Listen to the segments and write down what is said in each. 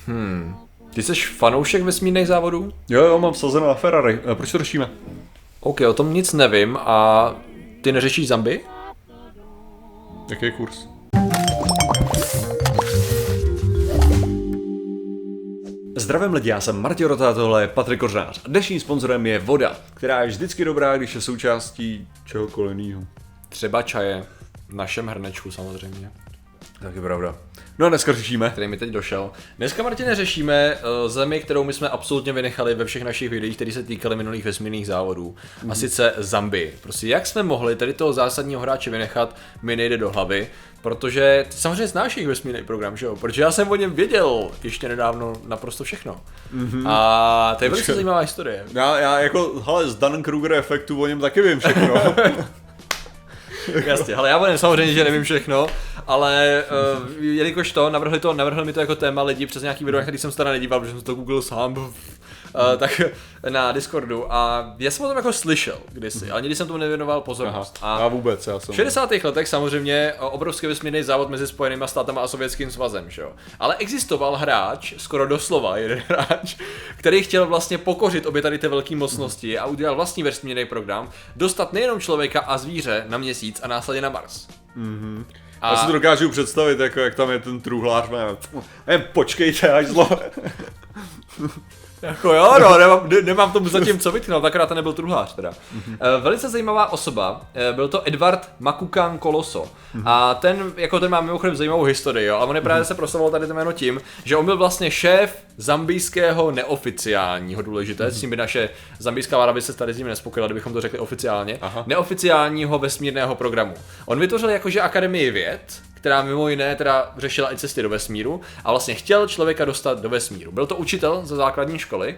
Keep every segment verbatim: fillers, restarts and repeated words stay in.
Hmm. Ty jsi fanoušek vesmírných závodů? Jo, jo, mám sazeno na Ferrari. A proč to řešíme? OK, o tom nic nevím a ty neřešíš Zambii? Jaký je kurz? Zdravím lidi, já jsem Martin Rota, tohle je Patrik Kořnář a dnešním sponzorem je voda, která je vždycky dobrá, když je součástí čehokoliv jiného. Třeba čaje, v našem hrnečku samozřejmě. Tak je pravda. No a dneska řešíme, Který mi teď došel. Dneska, Martine, řešíme uh, zemi, kterou my jsme absolutně vynechali ve všech našich videích, které se týkaly minulých vesmírných závodů. Mm. A sice Zambii. Prostě jak jsme mohli tady toho zásadního hráče vynechat, mi nejde do hlavy. Protože ty samozřejmě znáš jejich vesmírný program, že jo? Protože já jsem o něm věděl ještě nedávno naprosto všechno. Mm-hmm. A to je velice zajímavá historie. Já, já jako, hele, z Dunning-Kruger efektu o něm taky vím všechno. Jasně, ale já o něm samozřejmě, že nevím všechno, ale uh, jelikož to, navrhli to, navrhli mi to jako téma lidi přes nějaký video, který jsem se teda nedíval, protože jsem to googlil sám, uh, tak na Discordu a já jsem o tom jako slyšel kdysi, ale nikdy jsem tomu nevěnoval pozornost. Aha, a vůbec, já jsem... V šedesátých letech samozřejmě obrovský vesmírný závod mezi Spojenými státama a Sovětským svazem, že jo. Ale existoval hráč, skoro doslova jeden hráč, který chtěl vlastně pokořit obě tady ty velké mocnosti a udělal vlastní vesmírný program, dostat nejenom člověka a zvíře na Měsíc a následně na Mars. Mm-hmm. A... Já si to dokážu představit, jako jak tam je ten truhlář, ne, počkejte, až zlo. Jako jo, no, nemám, nemám tomu zatím co vytknout, takrát to nebyl truhlář teda. Mm-hmm. Velice zajímavá osoba, byl to Edward Makukan Koloso. Mm-hmm. A ten, jako ten má mimochodem zajímavou historii, jo, a on je právě mm-hmm. se proslavoval tady to jméno tím, že on byl vlastně šéf zambijského neoficiálního, důležité, mm-hmm. s tím by naše zambijská vláda by se tady s ním nespokojila, kdybychom to řekli oficiálně, Aha. neoficiálního vesmírného programu. On vytvořil jakože Akademii věd, která mimo jiné teda řešila i cesty do vesmíru a vlastně chtěl člověka dostat do vesmíru. Byl to učitel ze základní školy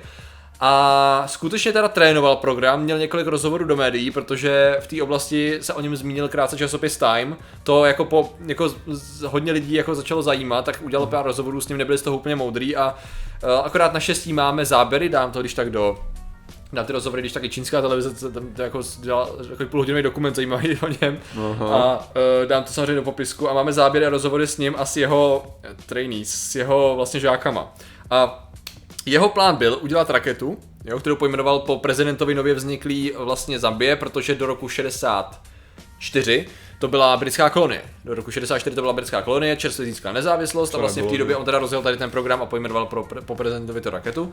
a skutečně teda trénoval program, měl několik rozhovorů do médií, protože v té oblasti se o něm zmínil krátce časopis Time. To jako po jako hodně lidí jako začalo zajímat, tak udělal pár rozhovorů s ním, nebyli z toho úplně moudrý a uh, akorát naštěstí máme záběry, dám to když tak do na ty rozhovory, když taky čínská televize tam jako dělala jako půlhodinový dokument zajímavý o něm. Aha. A uh, dám to samozřejmě do popisku a máme záběry a rozhovory s ním a s jeho trainees, s jeho vlastně žákama. A jeho plán byl udělat raketu, jo, kterou pojmenoval po prezidentovi nově vzniklý vlastně Zambie, protože do roku šedesát čtyři to byla britská kolonie. Do roku šedesát čtyři to byla britská kolonie, čerstvě získala nezávislost a vlastně v té době on teda rozjel tady ten program a pojmenoval pro, po prezidentovi tu raketu.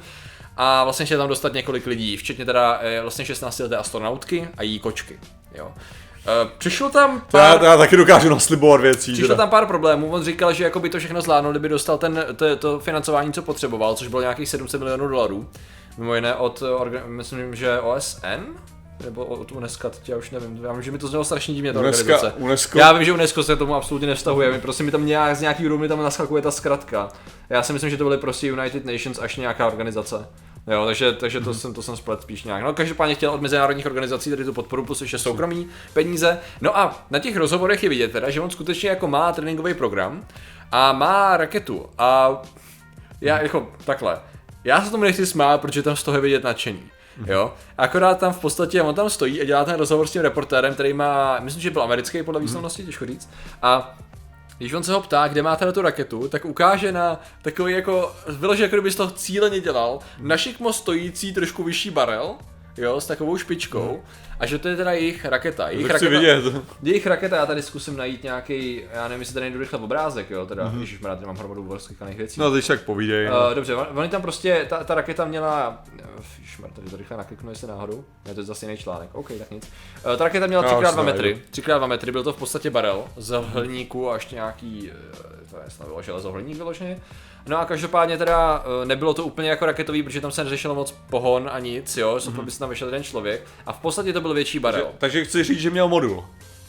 A vlastně chtěl tam dostat několik lidí, včetně teda vlastně šestnáctileté astronautky a její kočky. Jo. Přišlo tam pár... Já, já taky dokážu naslibovat věcí. Přišlo tam pár problémů, on říkal, že jako by to všechno zvládnul, kdyby dostal ten, to, to financování, co potřeboval, což bylo nějakých sedm set milionů dolarů. Mimo jiné od, myslím, že O S N? Nebo od UNESCO, teď já už nevím, já vím, že mi to znělo strašně divně ta UNESCO, organizace. UNESCO. Já vím, že UNESCO se tomu absolutně nevztahuje, prostě mi tam nějak z nějaký úrovny tam naskakuje ta zkratka. Já si myslím, že to byly prostě United Nations až nějaká organizace. Jo, takže, takže to, mm-hmm. jsem, to jsem splet spíš nějak. No, každopádně chtěl od mezinárodních organizací tady tu podporu plus ještě soukromí peníze. No a na těch rozhovorech je vidět teda, že on skutečně jako má tréninkový program a má raketu a já jako takhle. Já se tomu nechci smát, protože tam z toho je vidět nadšení. Jo, akorát tam v podstatě on tam stojí a dělá ten rozhovor s tím reportérem, který má, myslím, že byl americký podle výslovnosti, těžko říct. A když on se ho ptá, kde máte na tu raketu, tak ukáže na takový jako, vyloženě jako kdyby z toho cíleně dělal, na šikmo stojící trošku vyšší barel, jo, s takovou špičkou, a že to je teda jejich raketa. Jejich to raketa, vidět. jejich raketa, já tady zkusím najít nějaký, já nevím, jestli tady nejdu rychle obrázek, jo, teda, mm-hmm. ježišmarja, tady mám hromadu rozklikaných věcí. No, když tak povídej. No. Uh, dobře, oni tam prostě, ta, ta raketa měla, ježišmarja, tady to rychle nakliknu, jestli náhodou, ne, to je zase jiný článek, OK, tak nic. Uh, ta raketa měla tři krát dva metry, tři krát dva metry, byl to v podstatě barel z hliníku a ještě nějaký, to je snad bylo železo hliník vyloženě. No a každopádně teda nebylo to úplně jako raketový, protože tam se neřešilo moc pohon a nic, jo, mm-hmm. by se tam vyšel jeden člověk a v podstatě to byl větší barel. Takže, takže chci říct, že měl modul.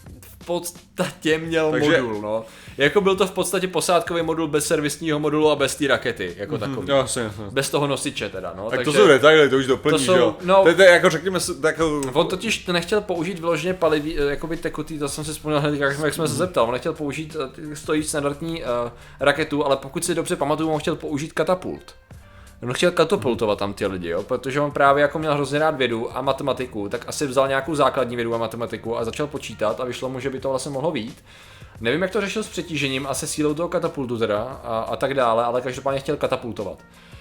V podstatě měl takže... modul, no. Jako byl to v podstatě posádkový modul bez servisního modulu a bez té rakety, jako mm-hmm. takový. Jasně, jasně. Bez toho nosiče teda, no. Tak takže... to jsou detaily, to už doplníš, to jsou, jo. No, to je jako řekněme, jako... On totiž nechtěl použít vyloženě palivý, jakoby tekutý, to jsem si vzpomněl hned, jak jsme, jak jsme se zeptal, on nechtěl použít stojí standardní uh, raketu, ale pokud si dobře pamatuju, on chtěl použít katapult. On chtěl katapultovat tam ty lidi, jo, protože on právě jako měl hrozně rád vědu a matematiku, tak asi vzal nějakou základní vědu a matematiku a začal počítat a vyšlo mu, že by to vlastně mohlo vyjít. Nevím, jak to řešil s přetížením a se sílou toho katapultu teda a, a tak dále, ale každopádně chtěl katapultovat.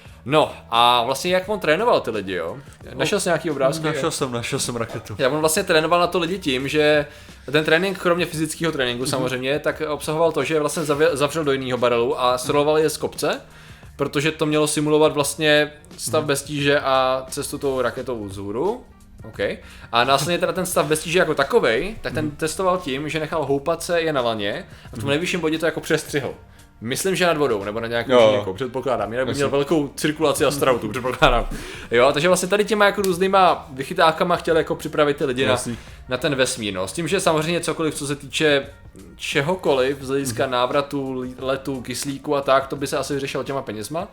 No a vlastně jak on trénoval ty lidi, jo? Našel jsi nějaký obrázky? Našel jsem, našel jsem raketu. Já on vlastně trénoval na to lidi tím, že ten trénink, kromě fyzického tréninku samozřejmě, tak obsahoval to, že vlastně zavřel do jiného barelu a sroloval je z kopce, protože to mělo simulovat vlastně stav bez tíže a cestu tou raketou vzhůru. Okay. A následně teda ten stav bez tíže jako takovej, tak ten testoval tím, že nechal houpat se je na laně a v tom nejvyšším bodě to jako přestřihl. Myslím, že nad vodou, nebo na nějakou nějakou, předpokládám. Jinak by měl velkou cirkulaci astronautu, předpokládám. Jo, takže vlastně tady těma jako různýma vychytákama chtěl jako připravit ty lidi na, na ten vesmír. No. S tím, že samozřejmě cokoliv, co se týče čehokoliv, z hlediska návratu, letu, kyslíku a tak, to by se asi vyřešilo těma penězma.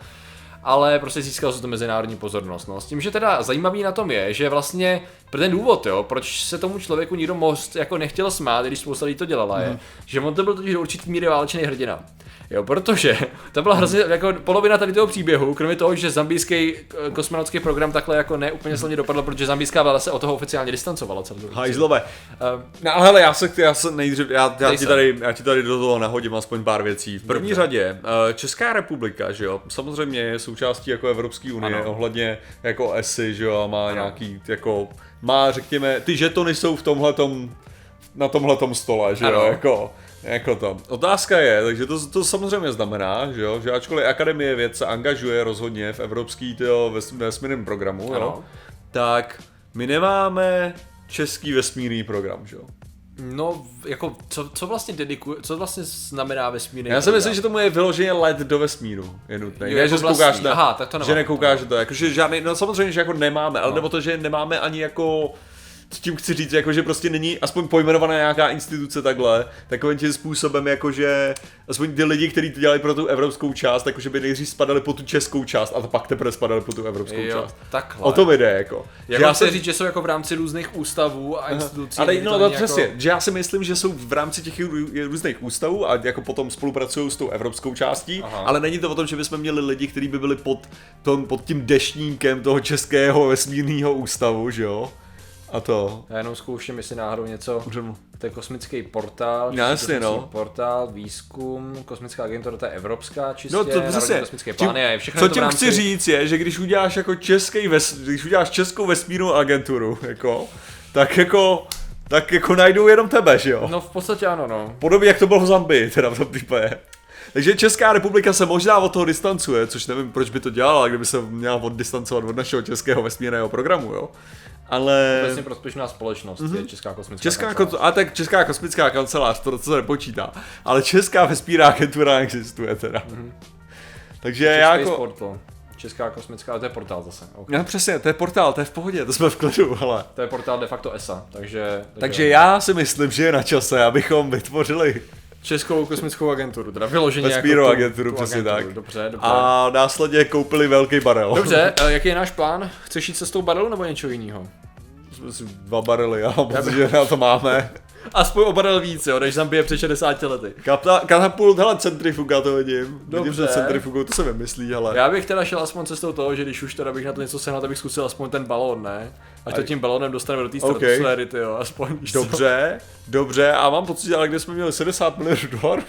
Ale prostě získal se to mezinárodní pozornost. No. S tím, že teda zajímavý na tom je, že vlastně pro ten důvod, jo, proč se tomu člověku nikdo moc jako nechtěl smát, když spousta lidí to dělala, je, mm. že on to byl totiž do určitý míry válečný hrdina. Jo, protože to byla hrozně jako polovina tady toho příběhu, kromě toho, že zambijský kosmonautický program takhle jako ne úplně slavně dopadl, protože zambijská vláda se od toho oficiálně distancovala celou dobu. Hajzlové. Uh, no ale hele, já se, já se nejdřív, já, já, ti tady, já ti tady do toho nahodím aspoň pár věcí. V první Dobře. řadě, uh, Česká republika, že jo, samozřejmě je součástí jako Evropské unie, ano. ohledně jako E S I, že jo, a má ano. nějaký jako, má řekněme, ty žetony jsou v tomhletom, na tomhletom stole, že ano. jo, jako. Jako to. Otázka je, takže to, to samozřejmě znamená, že, jo, že ačkoliv Akademie věd se angažuje rozhodně v evropský tyjo, vesmírném programu, jo, tak my nemáme český vesmírný program, že jo. No, jako, co, co vlastně dedikuje, co vlastně znamená vesmírný Já si myslím, že tomu je vyloženě let do vesmíru, je nutné. Jo, ne, jako že koukáš na, Aha, tak to že nekoukáš to, jakože žádný, no samozřejmě, že jako nemáme, ale no. nebo to, že nemáme ani jako... S tím chci říct, jako, že prostě není aspoň pojmenovaná nějaká instituce takhle, takovým tím způsobem, jakože aspoň ty lidi, kteří to dělají pro tu evropskou část, jakože by nejdřív spadali po tu českou část a to pak teprve spadali po tu evropskou jo, část. Takhle. O to jde, jako. Jak já si říct, že jsou jako v rámci různých ústavů a institucí. Ale no, no přesně, jako... že já si myslím, že jsou v rámci těch různých ústavů a jako potom spolupracují s tou evropskou částí, Aha. ale není to o tom, že bychom měli lidi, kteří by byli pod, tom, pod tím deštníkem toho českého vesmírného ústavu, že jo? A to. Já jenom zkouším, jestli náhodou něco. To je kosmický portál, no, jasně, no. portál, výzkum, kosmická agentura, to je evropská čistě, no, to národní kosmické plány a je všechno. Co to tím rámci... chci říct je, že když uděláš jako český ves, když uděláš českou vesmírnou agenturu, jako, tak jako, tak jako najdou jenom tebe, že jo? No v podstatě ano, no. Podobně jak to bylo v Zambii, teda v tom případě. Takže Česká republika se možná od toho distancuje, což nevím, proč by to dělala, kdyby se měla oddistancovat od našeho českého vesmírného programu, jo? Ale... Vlastně prospěšná společnost mm-hmm. je Česká kosmická Česká kancelář. Ko- a tak Česká kosmická kancelář, to, to se nepočítá. Ale Česká vesmírná agentura existuje teda. Mm-hmm. Takže Český já jako... Portal. Česká kosmická, ale to je portál zase. Okay. No přesně, to je portál, to je v pohodě, to jsme v klidu, ale... To je portál de facto E S A, takže... Takže, takže já si myslím, že je na čase, abychom vytvořili... Českou kosmickou agenturu, teda vyloženě vesmírnou jako agenturu, přesně tak. Dobře, dobře. A následně koupili velký barel. Dobře, jaký je náš plán? Chceš jít cestou barelu nebo něčeho jiného? Dva barely, já mám pocit, že na to máme. Aspoň o barel víc, jo, než Zambie před šedesáti lety. Kapta, katapult, hele, centrifuga to vidím. Dobře. Vidím, že centrifugou, to se vymyslí, hele. Já bych teda šel aspoň cestou toho, že když už teda bych na to něco sehnal, tak bych zkusil aspoň ten balón, ne? Až to tím balónem dostaneme do té stratosféry, ty jo, aspoň. Dobře, dobře, a mám pocit, ale kde jsme měli sedmdesát milionů dolarů.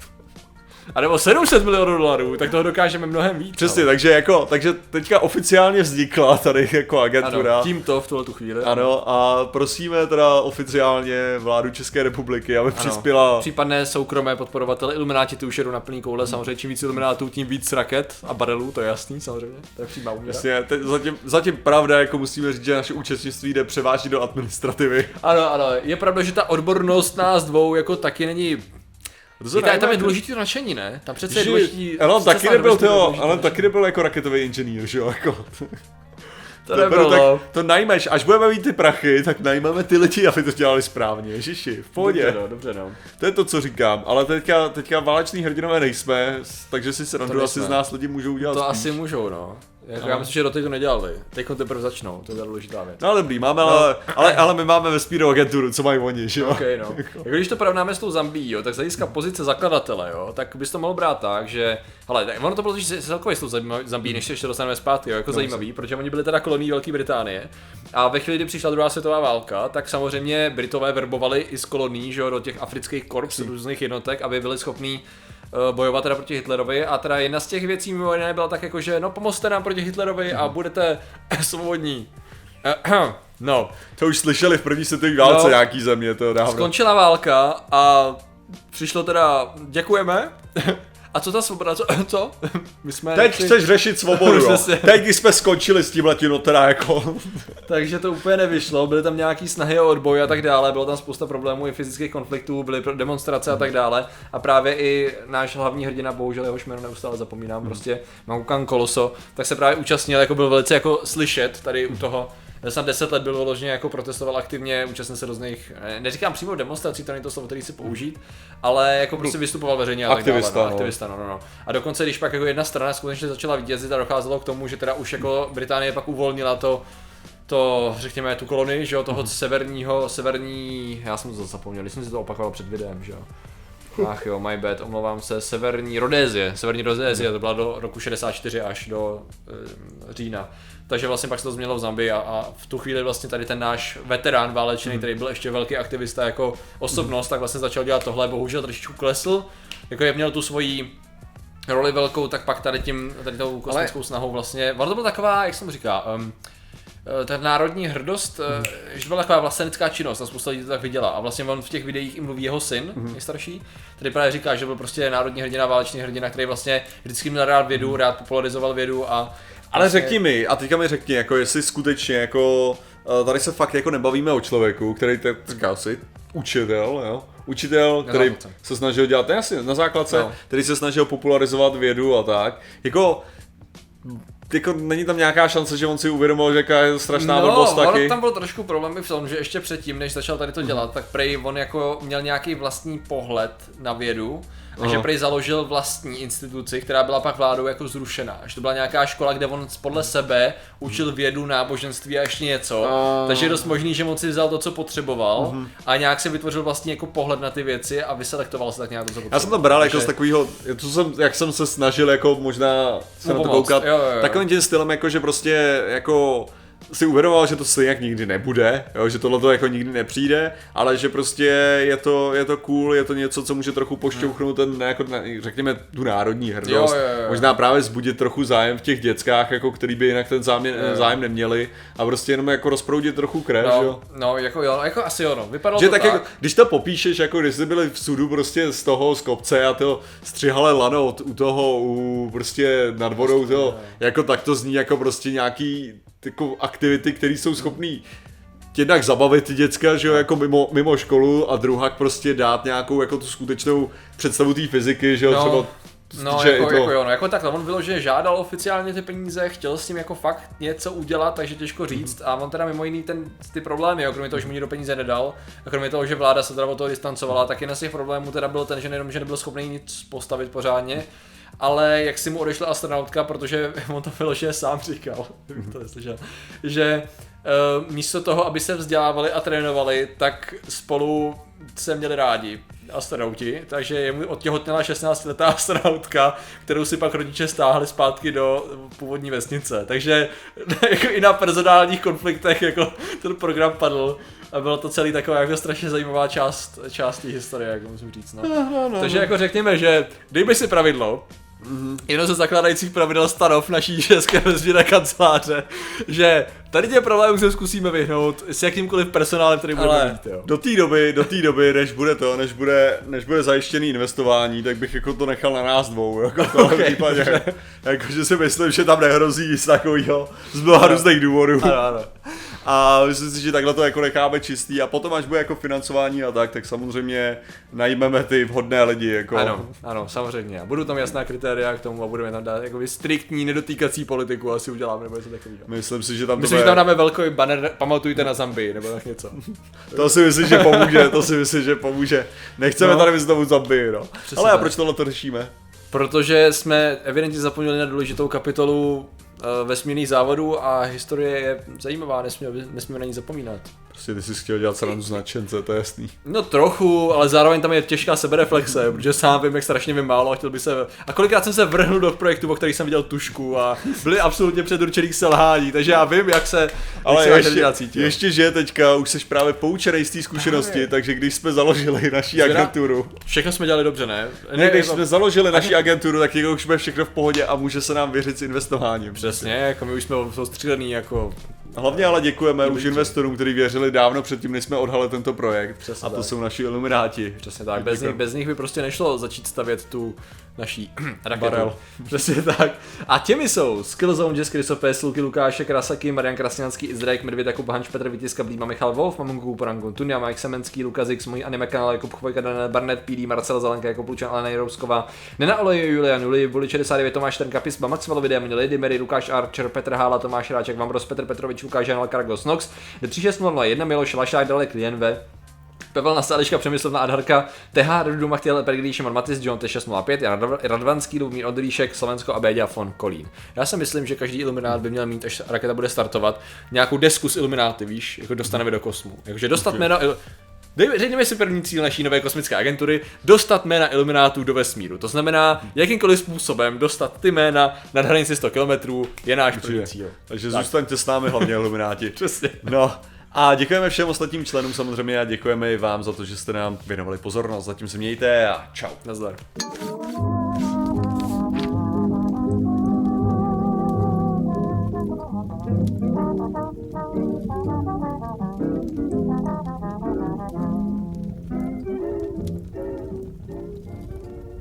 A nebo sedm set milionů dolarů, tak toho dokážeme mnohem víc. Přesně, ale. takže jako, takže teďka oficiálně vznikla tady jako agentura. Ano, tímto v tuhle tu chvíli. Ano, a prosíme teda oficiálně vládu České republiky, aby ano. přispěla. Případné soukromé podporovatele Ilumináti, ty už jedou na plný koule, samozřejmě čím víc Iluminátů, tím víc raket a barelů, to je jasný samozřejmě, to je přímá úměra. Jasně, teď zatím, zatím pravda, jako musíme říct, že naše účastnictví jde převážně do administrativy. Ano, ano, je pravda, že ta odbornost nás dvou jako taky není... Je tady, tam je důležitý to nadšení, ne? Tam přece je důležitý... Ale taky nebyl to, ale taky nebyl jako raketový inženýr, že jo, jako... To nebylo. Tak to najmeš, až budeme mít ty prachy, tak najmeme ty lidi, aby to dělali správně, ježiši, v pohodě. Dobře no, dobře no. To je to, co říkám, ale teďka, teďka váleční hrdinové nejsme, takže si se asi z nás lidi můžou udělat To spíš. asi můžou, no. Jako já myslím, že do teď to nedělali. Teď teprve začnou, to je důležitá věc. No ale dobrý, máme, no. ale, ale, ale my máme vesmírnou agenturu, co mají oni, že jo? Okay, no. Jako když to porovnáme s tou Zambií, jo, tak z hlediska pozice zakladatele, jo, tak bys to mohl brát tak, že hele, ono to bylo totiž celkově s tou Zambií, než se ještě dostaneme zpátky, jo, jako no, zajímavý, protože oni byli teda kolonií Velké Británie a ve chvíli, kdy přišla druhá světová válka, tak samozřejmě Britové verbovali i z kolonií, že jo, do těch afrických korps, různých jednotek, aby byli schopní bojovat teda proti Hitlerovi a teda jedna z těch věcí mimo jiné byla tak jako, že no pomozte nám proti Hitlerovi a budete svobodní. No. To už slyšeli v první světové válce no, nějaký země, to dávno. Skončila válka a přišlo teda děkujeme. A co ta svoboda, co? co? My jsme Teď nechci... chceš řešit svobodu, jo. Teď když jsme skončili s tímhletím, no teda jako. Takže to úplně nevyšlo, byly tam nějaký snahy o odboj a tak dále, bylo tam spousta problémů i fyzických konfliktů, byly demonstrace a tak dále. A právě i náš hlavní hrdina, bohužel jehož jméno neustále zapomínám, hmm. prostě Makukan Koloso, tak se právě účastnil, jako byl velice jako slyšet tady u toho. Já jsem deset let byl vyloženě jako protestoval aktivně, účastnil se různých, neříkám přímo demonstrací, to není to slovo, který si použít, ale jako prostě vystupoval veřejně a tak aktivista, dále. No. Aktivista, no, no, no. A dokonce, když pak jako jedna strana skutečně začala vítězit a docházelo k tomu, že teda už jako Británie pak uvolnila to, to řekněme tu kolonii, že jo, toho mm. severního, severní, já jsem to zapomněl, když jsem si to opakoval před videem, že jo. Ach jo, my bad, omlouvám se, severní Rodézie, severní Rodézie, to byla do roku šedesát čtyři až do e, října. Takže vlastně pak se to změnilo v Zambii a, a v tu chvíli vlastně tady ten náš veterán válečný, mm. který byl ještě velký aktivista jako osobnost, mm. tak vlastně začal dělat tohle, bohužel trošičku klesl, jako je měl tu svoji roli velkou, tak pak tady tím, tady tou kosmickou Ale... snahou vlastně, ono to byla taková, jak jsem říká, um, ta národní hrdost, mm. že to byla taková vlastenecká činnost a spousta lidí to tak viděla a vlastně on v těch videích i mluví jeho syn, mm. nejstarší, který právě říká, že byl prostě národní hrdina, válečný hrdina, který vlastně vždycky měl rád vědu, mm. rád popularizoval vědu a ale vlastně... řekni mi, a teďka mi řekni, jako jestli skutečně jako, tady se fakt jako nebavíme o člověku, který te, říkal si, učitel, jo? Učitel, který na se snažil dělat, ne asi na základce, no. který se snažil popularizovat vědu a tak, jako... Jako není tam nějaká šance, že on si uvědomil, že jaká je strašná no, blbost taky? No, tam byl trošku problém i v tom, že ještě předtím, než začal tady to dělat, tak prej on jako měl nějaký vlastní pohled na vědu a že prej založil vlastní instituci, která byla pak vládou jako zrušená. Že to byla nějaká škola, kde on podle sebe učil vědu, náboženství a ještě něco. A... Takže je dost možný, že on si vzal to, co potřeboval uh-huh. a nějak se vytvořil vlastní jako pohled na ty věci a vyselektoval se tak nějak to, co potřeboval. Já jsem to bral Takže... jako z takového, to jsem, jak jsem se snažil jako možná se no, na to koukat, jo, jo, jo. takovým tím stylem jako, že prostě jako si uvědomoval, že to stejně nikdy nebude, jo, že tohle to jako nikdy nepřijde, ale že prostě je to, je to cool, je to něco, co může trochu pošťouchnout ten, jako, řekněme, tu národní hrdost. Jo, jo, jo. Možná právě vzbudit trochu zájem v těch dětskách, jako, který by jinak ten zájem, zájem neměli a prostě jenom jako rozproudit trochu krev, no, jo. No, jako jo, jako asi jo, no. Vypadalo že to tak. tak. Jako, když to popíšeš, jako když jsi byli v sudu prostě z toho, z kopce a to střihale lano u toho, u prostě nad vodou, to, jako tak to zní jako prostě nějaký jako aktivity, které jsou schopný jednak zabavit ty děcka, že jo, jako mimo, mimo školu a druhak prostě dát nějakou jako tu skutečnou představu té fyziky, že jo, no, třeba no, jako, to... jako jo, no, jako takhle, on vyloženě žádal oficiálně ty peníze, chtěl s tím jako fakt něco udělat, takže těžko říct a on teda mimo jiný ten, ty problémy, jo, kromě toho, že mu nikdo peníze nedal a kromě toho, že vláda se teda od toho distancovala, tak jeden z těch problémů teda byl ten, že nejenom, že nebyl schopný nic postavit pořádně, ale jak si mu odešla astronautka, protože on to vyloženě sám říkal, to neslyšel, že uh, místo toho, aby se vzdělávali a trénovali, tak spolu se měli rádi astronauti, takže jemu odtěhotněla šestnáctiletá astronautka, kterou si pak rodiče stáhli zpátky do původní vesnice, takže jako i na personálních konfliktech jako ten program padl a bylo to celý taková jako strašně zajímavá část, část té historie, jak musím říct, no. No, no, no. Takže jako řekněme, že dejme si pravidlo, mm-hmm. jedno ze zakládajících pravidel stanov naší české vesmírné kanceláře, že tady těm problémům se zkusíme vyhnout s jakýmkýmkoliv personálem, který budeme mít, jo. Do té doby, do té doby, než bude to, než bude, než bude zajištěný investování, tak bych jako to nechal na nás dvou, jako to okay, případě. Jakože si myslím, že tam nehrozí nic takového z mnoha různých důvodů. Ano, ano. A myslím si, že takhle to jako necháme čistý a potom, až bude jako financování a tak, tak samozřejmě najmeme ty vhodné lidi. Jako. Ano, ano, samozřejmě. A budou tam jasná kritéria k tomu a budeme tam dát jakoby striktní nedotýkací politiku, asi uděláme nebo něco takového. Myslím si, že tam Myslím, že tam dáme velký banner, pamatujte na Zambii, nebo tak něco. To si myslím, že pomůže, to si myslím, že pomůže. Nechceme no. tady znovu Zambii, no. Přesně Ale a proč tohle to řešíme? Protože jsme evidentně zapomněli na důležitou kapitolu vesmírných závodů a historie je zajímavá, nesmíme, nesmíme na ní zapomínat. Prostě ty jsi chtěl dělat srandu z nadšence, to je jasný. No trochu, ale zároveň tam je těžká sebereflexe, protože sám vím, jak strašně vím málo a chtěl by se... A kolikrát jsem se vrhnul do projektu, o kterých jsem viděl tušku a byli absolutně předurčený k selhání, takže já vím, jak se, ale jak se ještě, cítil. ještě, že teďka už jsi právě poučenej z té zkušenosti, právě. Takže když jsme založili naši Zvěda, agenturu... Všechno jsme dělali dobře, ne? Ne, když jsme založili naši agenturu, tak jako už jsme všechno v pohodě a může se nám věřit s investováním. Přesně, jako my už jsme soustředěný jako... Hlavně ale děkujeme už investorům, kteří věřili dávno předtím, než jsme odhalili tento projekt. Přesně a to tak. Jsou naši ilumináti. Přesně tak, bez nich, bez nich by prostě nešlo začít stavět tu naší raketu. Barel. Přesně tak. A těmi jsou Skillzone, Jess Krysopes, Luky Lukášek, Rasaky, Marian Krasňanský, Izraek, Medvěd, Jakub Hanč, Petr Vytiska, Blíma, Michal Wolf, Mamungu, Porangun, Tunia, Mike Semenský, Lukas X, můj anime kanál, Jakub Chvojka, Daniel Barnett, P D, Marcel Zelenka, Jakub Lučan, Alena Jirousková, Nena Oleje, Julian Juli, Buli šedesát devět, Tomáš Trnka, Pisba, Maxwell Videa, Lady Mary, Lukáš Archer, Petr Hála, Tomáš Ráček, Vambros, Petr Petrovič, Lukáš Janel, Karagos, Nox, tři šest nula jedna, Miloš Lašák, Dalek, Lien V, Pavel Nasáliška, Přemyslovna Adharka, T H, Rudu Machtěl, Pergrí, Šimon Matis, John T šest nula pět, Radvanský, Lumír Odrýšek, Slovensko a Béďa von Kolín. Já si myslím, že každý iluminát by měl mít, až raketa bude startovat, nějakou desku s ilumináty, víš, jako dostaneme do kosmu. Jakože dostat jméno, řekněme si první cíl naší nové kosmické agentury, dostat jména iluminátů do vesmíru. To znamená, jakýmkoliv způsobem dostat ty jména nad hranici sto kilometrů je náš první cíl. Takže tak. Zůstaňte s námi hlavně ilumináti. Přesně. No. A děkujeme všem ostatním členům samozřejmě a děkujeme i vám za to, že jste nám věnovali pozornost. Zatím se mějte a čau. Nazdar.